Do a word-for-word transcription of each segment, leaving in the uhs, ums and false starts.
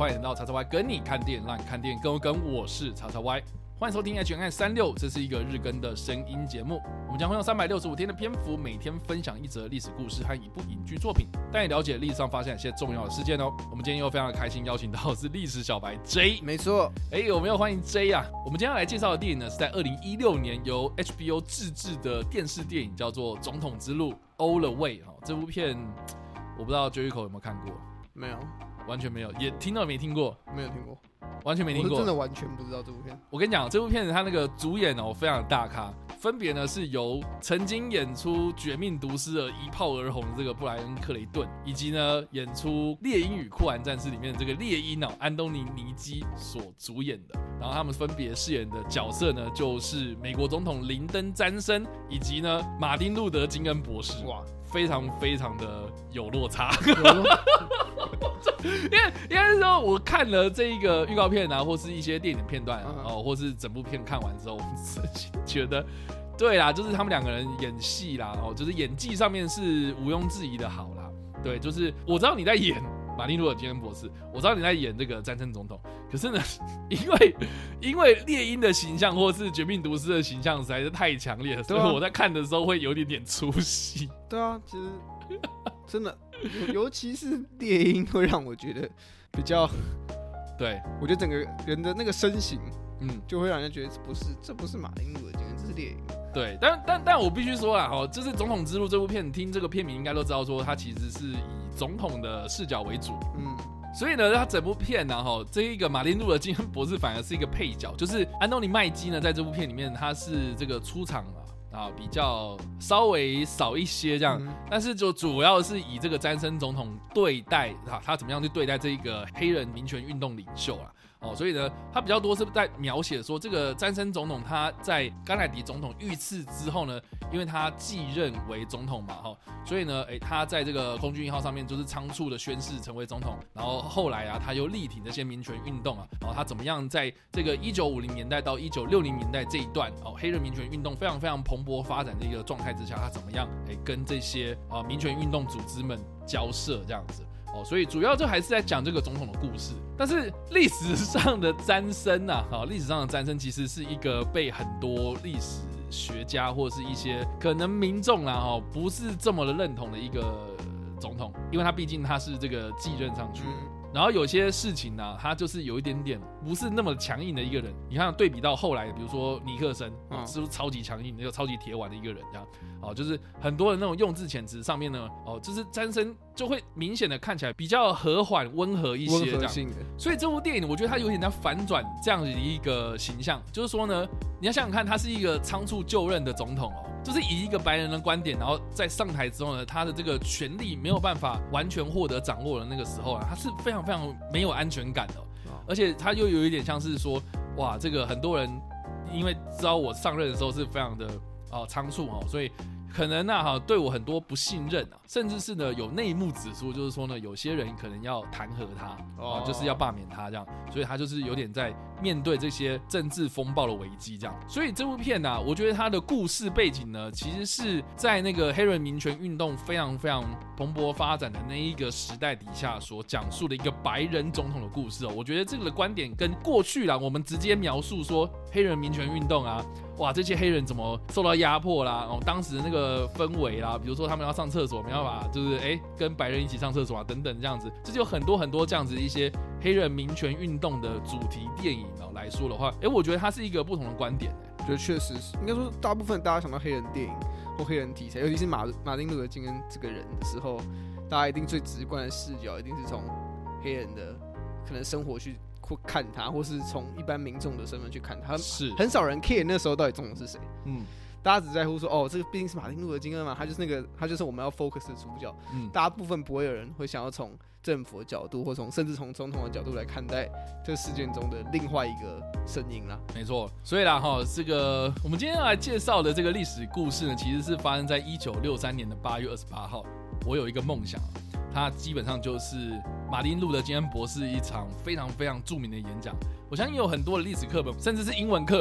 欢迎来到叉叉 Y 跟你看电影，让你看电影更跟。我是叉叉 Y， 欢迎收听 H N I 三六，这是一个日更的声音节目。我们将会用三百六十五天的篇幅，每天分享一则历史故事和一部影剧作品，带你了解历史上发生一些重要的事件哦。我们今天又非常的开心，邀请到的是历史小白 J。 没错， 哎，我们要欢迎 J 啊！我们今天要来介绍的电影呢，是在二零一六年由 H B O 自制的电视电影，叫做《总统之路 All the Way》。这部片我不知道 Jericho 有没有看过？ 没有， 完全没有，也听到没听过？ 没有听过， 完全没听过。 我真的完全不知道这部片。 我跟你讲，这部片子它那个主演哦非常的大咖，分别呢是由曾经演出《绝命毒师》而一炮而红的这个布莱恩·克雷顿，以及呢演出《猎鹰与酷寒战士》里面的这个猎鹰哦安东尼·尼基所主演的。然后他们分别饰演的角色呢，就是美国总统林登·詹森以及呢马丁·路德·金恩博士。哇！非常非常的有落差，因为应该是说，我看了这一个预告片啊，或是一些电影片段啊，哦，或是整部片看完之后，我觉得，对啦，就是他们两个人演戏啦，哦，就是演技上面是毋庸置疑的好啦，对，就是我知道你在演马丁·路德·金恩博士，我知道你在演这个战争总统，可是呢，因为因为猎鹰的形象或是绝命毒师的形象实在是太强烈了，所以我在看的时候会有点点出戏。 对啊，其实真的，尤其是猎鹰会让我觉得比较， 对我觉得整个人的那个身形，嗯，就会让人家觉得不是，这不是马丁·路德·金恩，这是猎鹰。对， 但但但我必须说啦，哈，就是《总统之路》这部片，听这个片名应该都知道，说它其实是以总统的视角为主，嗯，所以呢，它整部片呢，哈，这一个马丁·路德·金恩博士反而是一个配角，就是安东尼·麦基呢，在这部片里面他是这个出场啊。啊，比较稍微少一些这样，嗯、但是就主要是以这个詹森总统对待啊，他怎么样去对待这一个黑人民权运动领袖啊。哦，所以呢，他比较多是在描写说，这个詹森总统他在甘乃迪总统遇刺之后呢，因为他继任为总统嘛，哈，所以呢，哎，他在这个空军一号上面就是仓促的宣誓成为总统，然后后来啊，他又力挺这些民权运动啊，然后他怎么样在这个一九五零年代到一九六零年代这一段哦，黑人民权运动非常非常蓬勃发展的一个状态之下，他怎么样哎跟这些啊民权运动组织们交涉这样子。哦，所以主要就还是在讲这个总统的故事，但是历史上的詹森啊，好，历史上的詹森其实是一个被很多历史学家或者是一些可能民众啦，哈，不是这么的认同的一个总统，因为他毕竟他是这个继任上去的。嗯然后有些事情呢、啊，他就是有一点点不是那么强硬的一个人。你看对比到后来，比如说尼克森，嗯、是不是超级强硬、那个超级铁腕的一个人？这样，哦，就是很多的那种用字遣词上面呢，哦，就是詹森就会明显的看起来比较和缓、温和一些，这样。所以这部电影，我觉得他有点在反转这样的一个形象，就是说呢，你要想想看，他是一个仓促就任的总统哦。就是以一个白人的观点，然后在上台之后呢，他的这个权力没有办法完全获得掌握的那个时候啊，他是非常非常没有安全感的、哦，而且他又有一点像是说，哇，这个很多人因为知道我上任的时候是非常的啊仓促哦，所以可能啊哈对我很多不信任啊，甚至是呢有内幕指出，就是说呢有些人可能要弹劾他啊，哦、就是要罢免他这样，所以他就是有点在面对这些政治风暴的危机这样。所以这部片呢、啊，我觉得它的故事背景呢，其实是在那个黑人民权运动非常非常蓬勃发展的那一个时代底下所讲述的一个白人总统的故事哦。我觉得这个的观点跟过去啦，我们直接描述说黑人民权运动啊。哇，这些黑人怎么受到压迫啦？哦，当时那个氛围啦，比如说他们要上厕所，没办法，就是哎、欸，跟白人一起上厕所啊，等等这样子，这就有很多很多这样子一些黑人民权运动的主题电影哦来说的话，哎、欸，我觉得它是一个不同的观点、欸。 我觉得确实是，应该说大部分大家想到黑人电影或黑人题材，尤其是马马丁·路德·金恩这个人的时候，大家一定最直观的视角一定是从黑人的可能生活去。看他，或是从一般民众的身份去看他，是很少人 care 那时候到底总统是谁。嗯，大家只在乎说，哦，这个毕竟是马丁·路德·金恩嘛，他就是那个，他就是我们要 focus 的主角。嗯，大部分不会有人会想要从政府的角度，或从甚至从总统的角度来看待这个事件中的另外一个声音啦。 没错，所以啦哈，这个我们今天要来介绍的这个历史故事呢，其实是发生在一九六三年的八月二十八号。我有一个梦想。它基本上就是马丁·路德·金恩博士一场非常非常著名的演讲。我相信有很多的历史课本，甚至是英文课本，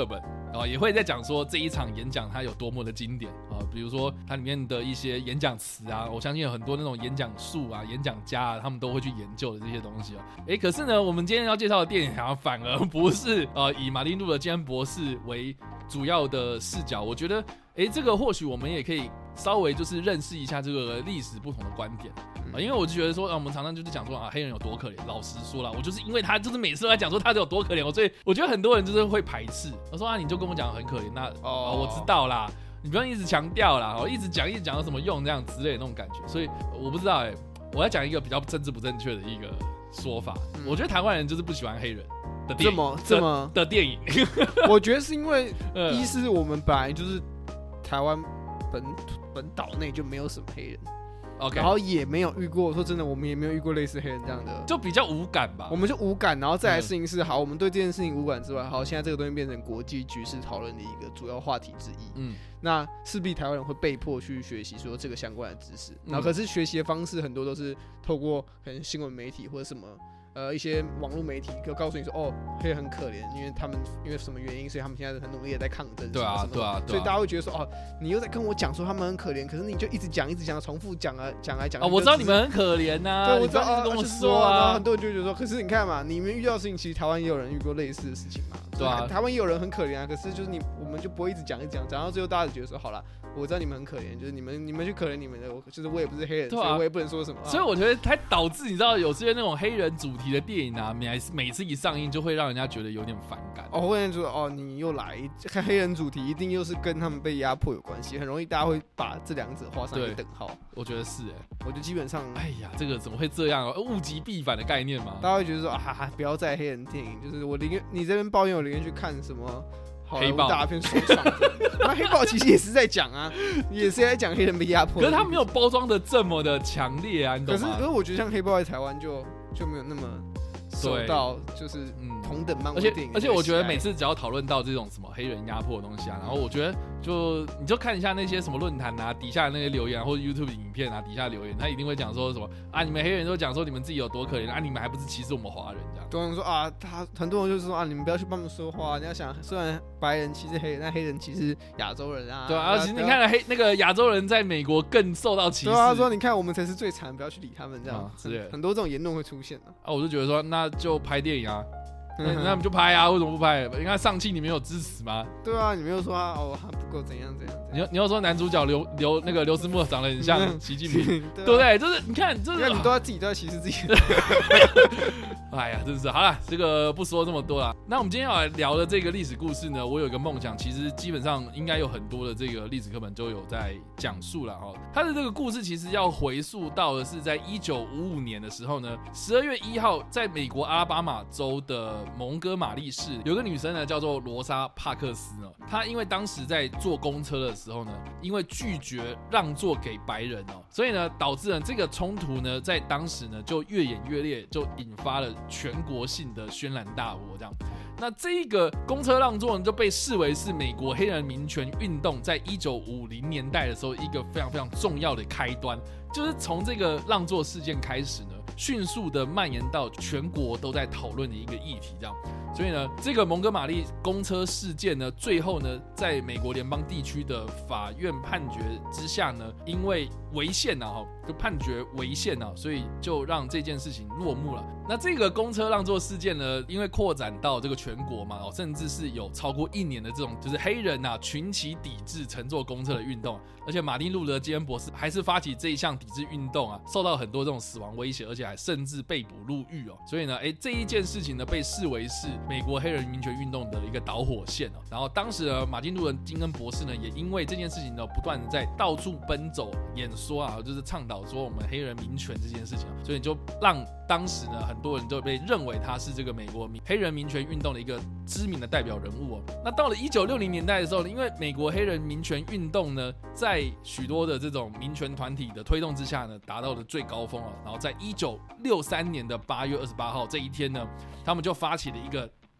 哦，也会在讲说这一场演讲它有多么的经典啊，比如说它里面的一些演讲词啊，我相信有很多那种演讲术啊、演讲家啊，他们都会去研究的这些东西哦。哎，可是呢，我们今天要介绍的电影好像反而不是呃以马丁路德金恩博士为主要的视角，我觉得哎，这个或许我们也可以稍微就是认识一下这个历史不同的观点啊，因为我就觉得说啊，我们常常就是讲说啊，黑人有多可怜。老实说啦，我就是因为他就是每次都在讲说他有多可怜，所以我觉得很多人就是会排斥。我说啊，你就跟我讲很可怜，那哦、啊、我知道啦，你不用一直强调啦，一直讲一直讲有什么用这样之类的那种感觉。所以我不知道哎、欸，我要讲一个比较政治不正确的一个说法，嗯、我觉得台湾人就是不喜欢黑人的电影，这么这么的电影。 我觉得是因为一是我们本来就是台湾本本岛内就没有什么黑人。 Okay. 然后也没有遇过，说真的，我们也没有遇过类似黑人这样的， 就比较无感吧。 我们就无感，然后再来事情是，好，我们对这件事情无感之外，好，现在这个东西变成国际局势讨论的一个主要话题之一。嗯，那势必台湾人会被迫去学习说这个相关的知识，然后可是学习的方式很多都是透过可能新闻媒体或者什么。呃，一些网络媒体就告诉你说，哦，黑人很可怜，因为他们因为什么原因，所以他们现在很努力的在抗争。 对啊，对啊， 所以大家会觉得说，哦，你又在跟我讲说他们很可怜，可是你就一直讲，一直讲，重复讲啊，讲来讲去。 哦，我知道你们很可怜呐、啊， 对，我知道， 你跟我说啊。然后啊， 很多人就觉得说，可是你看嘛，你们遇到的事情，其实台湾也有人遇过类似的事情嘛。 对啊， 台湾也有人很可怜啊，可是就是你，我们就不会一直讲一直讲，讲到最后大家就觉得说，好了。我知道你们很可怜，就是你们你们去可怜你们的，就是我也不是黑人，啊、所以我也不能说什么。 所以我觉得它导致你知道有些那种黑人主题的电影啊，每每次一上映就会让人家觉得有点反感。 哦，会觉得哦，你又来看黑人主题，一定又是跟他们被压迫有关系，很容易大家会把这两者画上一个等号。 我觉得是哎、欸， 我觉得基本上， 哎呀，这个怎么会这样啊？物极必反的概念嘛， 大家会觉得说啊，不要再黑人电影，就是我宁愿你这边抱怨，我宁愿去看什么。 黑豹大片爽爽的，那黑豹其实也是在讲啊，也是在讲黑人被压迫。 可是他没有包装的这么的强烈啊，你懂吗？ 可是，可是我觉得像黑豹在台湾就就没有那么受到就是同等漫威电影。 而且而且我觉得每次只要讨论到这种什么黑人压迫的东西啊，然后我觉得就你就看一下那些什么论坛啊，底下那些留言、啊、或者 YouTube 影片啊，底下留言，他一定会讲说什么啊，你们黑人都讲说你们自己有多可怜啊，你们还不是歧视我们华人这样。 多人说啊，他很多人就是说啊，你们不要去帮他们说话。你要想，虽然白人歧视黑人，但黑人歧视亚洲人啊。 对啊，而且你看黑那个亚洲人在美国更受到歧视。 对啊，他说你看我们才是最惨，不要去理他们这样。 啊、是很多这种言论会出现的。 啊，我就觉得说，那就拍电影啊。那那我们就拍啊，为什么不拍？你看上期你们有支持吗？ 对啊，你没有说他哦，他不够怎样怎样怎样。 你你要说男主角刘刘那个刘思慕长得很像习近平，对不对？就是你看，就是你都要自己都要歧视自己。 哎呀，真是好了，这个不说这么多了。那我们今天要来聊的这个历史故事呢，我有一个梦想，其实基本上应该有很多的这个历史课本都有在讲述了哈。它的这个故事其实要回溯到的是在一九五五年的时候呢，十二月一号，在美国阿拉巴马州的蒙哥马利市，有个女生呢叫做罗莎帕克斯呢，她因为当时在坐公车的时候呢，因为拒绝让座给白人哦，所以呢导致了这个冲突呢，在当时呢就越演越烈，就引发了全国性的轩然大波这样。那这个公车让座呢，就被视为是美国黑人民权运动在一九五零年代的时候一个非常非常重要的开端，就是从这个让座事件开始呢，迅速的蔓延到全国都在讨论的一个议题这样。所以呢，这个蒙哥马利公车事件呢，最后呢，在美国联邦地区的法院判决之下呢，因为违宪啊，就判决违宪啊，所以就让这件事情落幕了。那这个公车让座事件呢，因为扩展到这个全国嘛，甚至是有超过一年的这种就是黑人啊群起抵制乘坐公车的运动，而且马丁路德金恩博士还是发起这一项抵制运动啊，受到很多这种死亡威胁，而且还甚至被捕入狱哦。所以呢，哎，这一件事情呢，被视为是美国黑人民权运动的一个导火线哦。然后当时呢，马丁路德金恩博士呢，也因为这件事情呢，不断的在到处奔走演说啊，就是倡导说我们黑人民权这件事情，所以就让当时呢，很多人都被认为他是这个美国黑人民权运动的一个知名的代表人物哦。那到了一九六零年代的时候呢，因为美国黑人民权运动呢，在许多的这种民权团体的推动之下呢，达到了最高峰了。然后在一九六三年的八月二十八号这一天呢，他们就发起了一个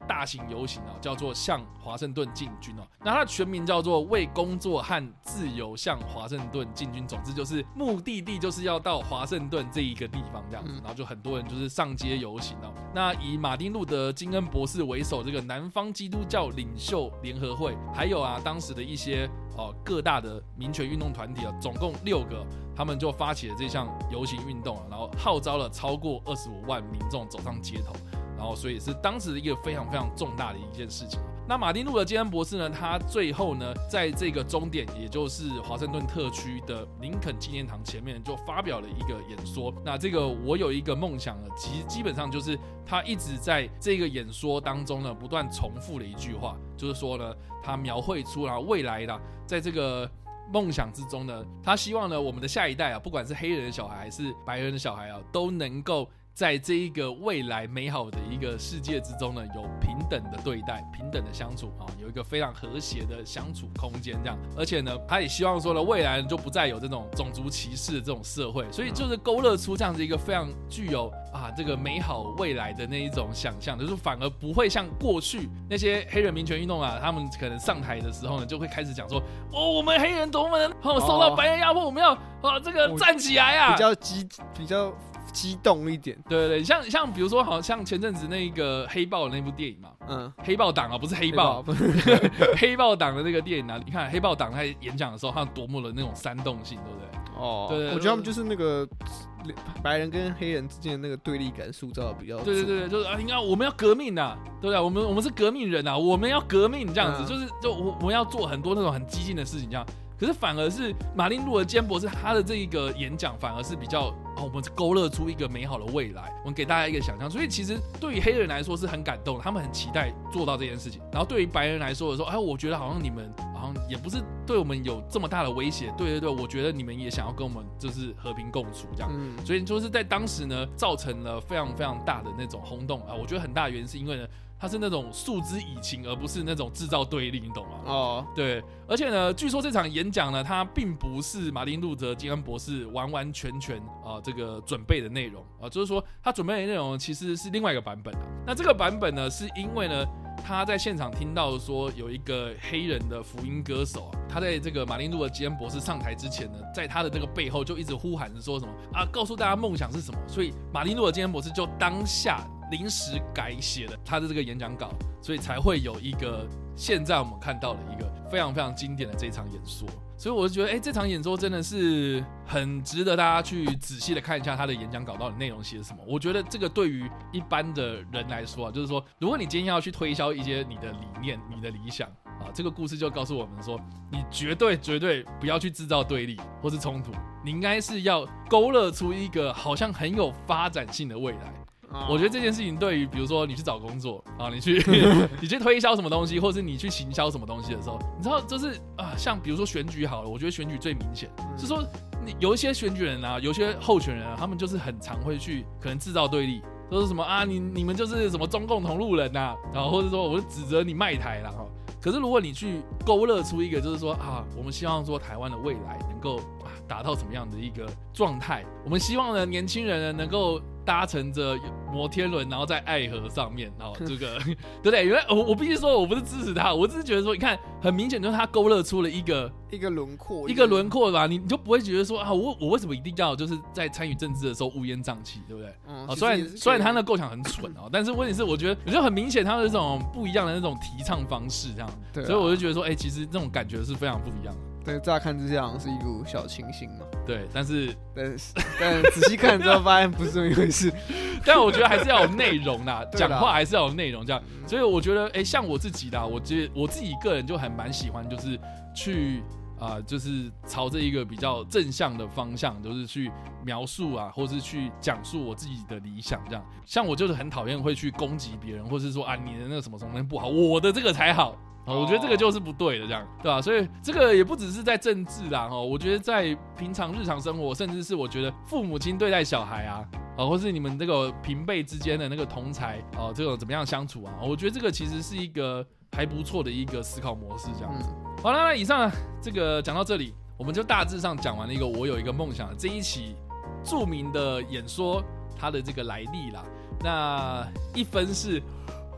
大型游行啊，叫做向华盛顿进军哦。那它的全名叫做为工作和自由向华盛顿进军。总之就是目的地就是要到华盛顿这一个地方这样子，然后就很多人就是上街游行哦。那以马丁路德金恩博士为首，这个南方基督教领袖联合会，还有啊当时的一些哦各大的民权运动团体啊，总共六个。他们就发起了这项游行运动，然后号召了超过二十五万民众走上街头，然后所以是当时一个非常非常重大的一件事情。那马丁路德金恩博士呢，他最后呢，在这个终点，也就是华盛顿特区的林肯纪念堂前面，就发表了一个演说。那这个我有一个梦想呢，其实基本上就是他一直在这个演说当中呢，不断重复了一句话，就是说呢，他描绘出了未来的在这个梦想之中呢，他希望呢，我们的下一代啊，不管是黑人的小孩还是白人的小孩啊，都能够在这一个未来美好的一个世界之中呢，有平等的对待、平等的相处啊，有一个非常和谐的相处空间这样。而且呢，他也希望说呢，未来就不再有这种种族歧视的这种社会，所以就是勾勒出这样子一个非常具有啊这个美好未来的那一种想象，就是反而不会像过去那些黑人民权运动啊，他们可能上台的时候呢，就会开始讲说，哦，我们黑人多么能哦受到白人压迫，我们要哦这个站起来啊， 比较激比较。激动一点， 对对对，像像比如说，好像前阵子那个黑豹的那部电影嘛，嗯，黑豹党啊，不是黑豹，黑豹党的那个电影啊，你看黑豹党在演讲的时候，他多么的那种煽动性，对不对？ 哦，对，我觉得他们就是那个白人跟黑人之间的那个对立感塑造的比较， 对对对，就是啊，你看我们要革命啊，对不对？我们我们是革命人啊，我们要革命这样子，嗯、就是就我我们要做很多那种很激进的事情这样。可是反而是马丁路德金恩博士他的这一个演讲，反而是比较哦，我们勾勒出一个美好的未来，我们给大家一个想象。所以其实对于黑人来说是很感动的，他们很期待做到这件事情。然后对于白人来说的时候，哎，我觉得好像你们好像也不是对我们有这么大的威胁。对对对，我觉得你们也想要跟我们就是和平共处这样。嗯、所以就是在当时呢，造成了非常非常大的那种轰动啊。我觉得很大的原因是因为呢。它是那种诉之以情，而不是那种制造对立，你懂吗？哦，对，而且呢，据说这场演讲呢，它并不是马丁路德金恩博士完完全全啊、呃、这个准备的内容啊、呃，就是说他准备的内容其实是另外一个版本啊。那这个版本呢，是因为呢，他在现场听到说有一个黑人的福音歌手、啊，他在这个马丁路德金恩博士上台之前呢，在他的这个背后就一直呼喊着说什么啊，告诉大家梦想是什么。所以马丁路德金恩博士就当下。临时改写了他的这个演讲稿，所以才会有一个现在我们看到的一个非常非常经典的这一场演说。所以我就觉得，哎、欸，这场演说真的是很值得大家去仔细的看一下他的演讲稿到底内容写什么。我觉得这个对于一般的人来说啊，就是说，如果你今天要去推销一些你的理念、你的理想啊，这个故事就告诉我们说，你绝对绝对不要去制造对立或是冲突，你应该是要勾勒出一个好像很有发展性的未来。我觉得这件事情对于比如说你去找工作啊，你去你去推销什么东西，或是你去行销什么东西的时候，你知道就是啊，像比如说选举好了，我觉得选举最明显，是说你有一些选举人啊，有些候选人啊，他们就是很常会去可能制造对立，说是什么啊，你你们就是什么中共同路人呐、啊，然后或者说我就指责你卖台啦哈。可是如果你去勾勒出一个就是说啊，我们希望说台湾的未来能够啊达到什么样的一个状态，我们希望呢年轻人呢能够搭乘着摩天轮，然后在爱河上面，然后这个对不对？原来我我必须说，我不是支持他，我只是觉得说，你看，很明显就是他勾勒出了一个一个轮廓， 一个轮廓吧，你你就不会觉得说啊，我我为什么一定要就是在参与政治的时候乌烟瘴气，对不对？嗯，啊、虽然虽然他那构想很蠢哦，但是问题是，我觉得我觉得很明显，他的这种不一样的那种提倡方式，这样，对、啊，所以我就觉得说，哎、欸，其实这种感觉是非常不一样的。 对，乍看之下好像是一股小清新嘛。 对，但是但是但仔细看之后发现不是这么一回事。 但我觉得还是要有内容啦，讲话还是要有内容这样。所以我觉得，哎、欸，像我自己啦，我觉得我自己个人就还蛮喜欢，就是去啊、呃，就是朝着一个比较正向的方向，就是去描述啊，或是去讲述我自己的理想这样。像我就是很讨厌会去攻击别人，或是说啊你的那个什么什么不好，我的这个才好。我觉得这个就是不对的，这样对吧？所以这个也不只是在政治啦，我觉得在平常日常生活，甚至是我觉得父母亲对待小孩啊，或是你们这个平辈之间的那个同才啊，这种怎么样相处啊？我觉得这个其实是一个还不错的一个思考模式，这样子。嗯、好了，那以上这个讲到这里，我们就大致上讲完了一个我有一个梦想这一期著名的演说它的这个来历啦。那一分是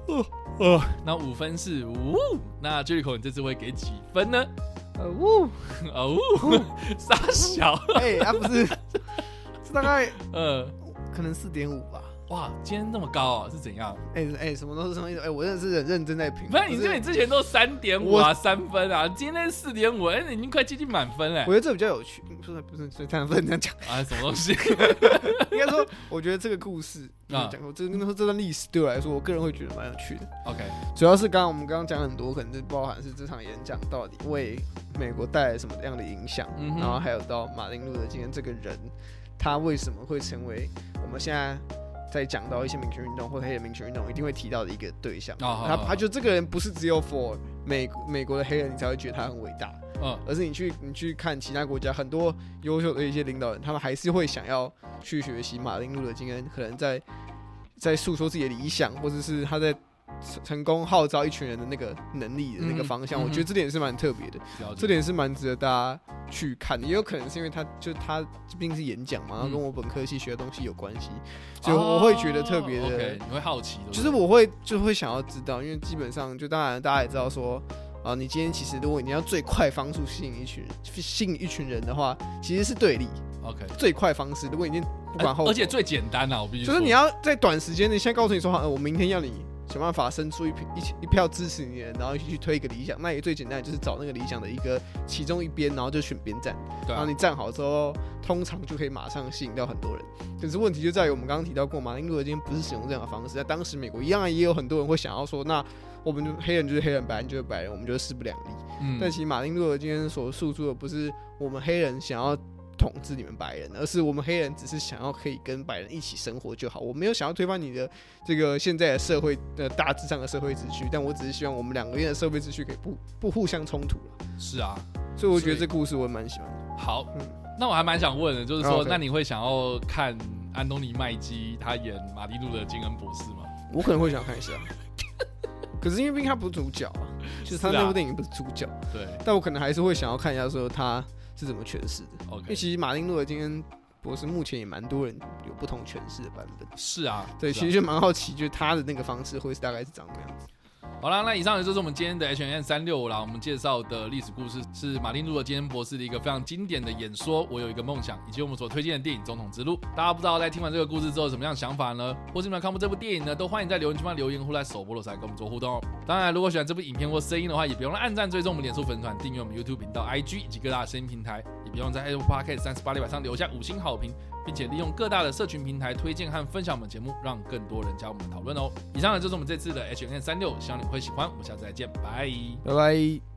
哦哦，那五分是呜，那 Jericho 你这次会给几分呢？ 呃呜， 呃呜，傻小， 哎，啊不是，是大概呃， 可能四点五吧。 哇，今天那么高啊，是怎样？ 哎、欸、哎、欸，什么都是什么意思？哎、欸，我真的是很认真在评。 不是，你这你之前都三点五啊，三分啊，今天四点五，哎，你已经快接近满分了。 我觉得这比较有趣，不是不是，所以这样不能这样讲啊，什么东西？ 应该说，我觉得这个故事啊，讲过这个这段历史对我来说，我个人会觉得蛮有趣的。 OK， 主要是刚刚我们刚刚讲很多，可能就包含是这场演讲到底为美国带来什么样的影响，嗯、然后还有到马丁路德金今天这个人，他为什么会成为我们现在。在讲到一些民权运动或者黑人民权运动，一定会提到的一个对象。Oh, 他他觉得这个人不是只有 for 美美国的黑人，你才会觉得他很伟大，嗯，而是你去你去看其他国家很多优秀的一些领导人，他们还是会想要去学习马丁路德金恩，可能在在诉说自己的理想，或者是他在成功号召一群人的那个能力的那个方向。嗯、我觉得这点是蛮特别的，这点是蛮值得大家去看的。也有可能是因为他就他毕竟是演讲嘛，然后跟我本科系学的东西有关系，所以我会觉得特别的。 Oh, okay, 你会好奇， 就是我会就会想要知道，因为基本上就当然大家也知道说。啊，你今天其实如果你要最快方式吸引一群吸引一群人的话，其实是对立。 OK， 最快方式，如果你不管后果， 而且最简单啊，我必须说， 就是你要在短时间内，现在告诉你说，呃，我明天要你想办法生出一一一票支持你的人，然后一起去推一个理想，那也最简单的就是找那个理想的一个其中一边，然后就选边站，啊、然后你站好之后，通常就可以马上吸引到很多人。可是问题就在于我们刚刚提到过，马丁路德金不是使用这样的方式，在当时美国一样也有很多人会想要说，那我们就黑人就是黑人，白人就是白人，我们就是势不两立。嗯、但其实马丁路德今天所诉诸的不是我们黑人想要统治你们白人，而是我们黑人只是想要可以跟白人一起生活就好。我没有想要推翻你的这个现在的社会的大致上的社会秩序，但我只是希望我们两个人的社会秩序可以不不互相冲突了。 是啊， 所以我觉得这故事我蛮喜欢的。 好，嗯、那我还蛮想问的，就是说， okay. 那你会想要看安东尼麦基他演马丁路德金恩博士吗？ 我可能会想看一下。可是因为毕竟他不是主角啊，就是他那部电影不是主角， 对。 但我可能还是会想要看一下说他是怎么诠释的。 Okay. 因为其实马丁路德金恩博士目前也蛮多人有不同诠释的版本。 是啊， 对， 是啊， 其实就蛮好奇，就是他的那个方式会是大概是长什么样子。 好啦，那以上就是我们今天的 H N N 三六五啦。我们介绍的历史故事是马丁路德金恩博士的一个非常经典的演说《我有一个梦想》，以及我们所推荐的电影《总统之路》。大家不知道在听完这个故事之后有什么样的想法呢？或是你们看过这部电影呢？都欢迎在留言区留言或在首播的时候跟我们做互动哦。当然，如果喜欢这部影片或声音的话，也不用按赞、追踪我们脸书粉团、订阅我们 YouTube 频道、I G 以及各大声音平台，也不用在 Apple Podcast 三十八里板上留下五星好评，并且利用各大的社群平台推荐和分享我们节目，让更多人加入我们的讨论哦。以上呢就是我们这次的 H N N 三六五，希望你们会喜欢。我们下次再见，拜拜拜。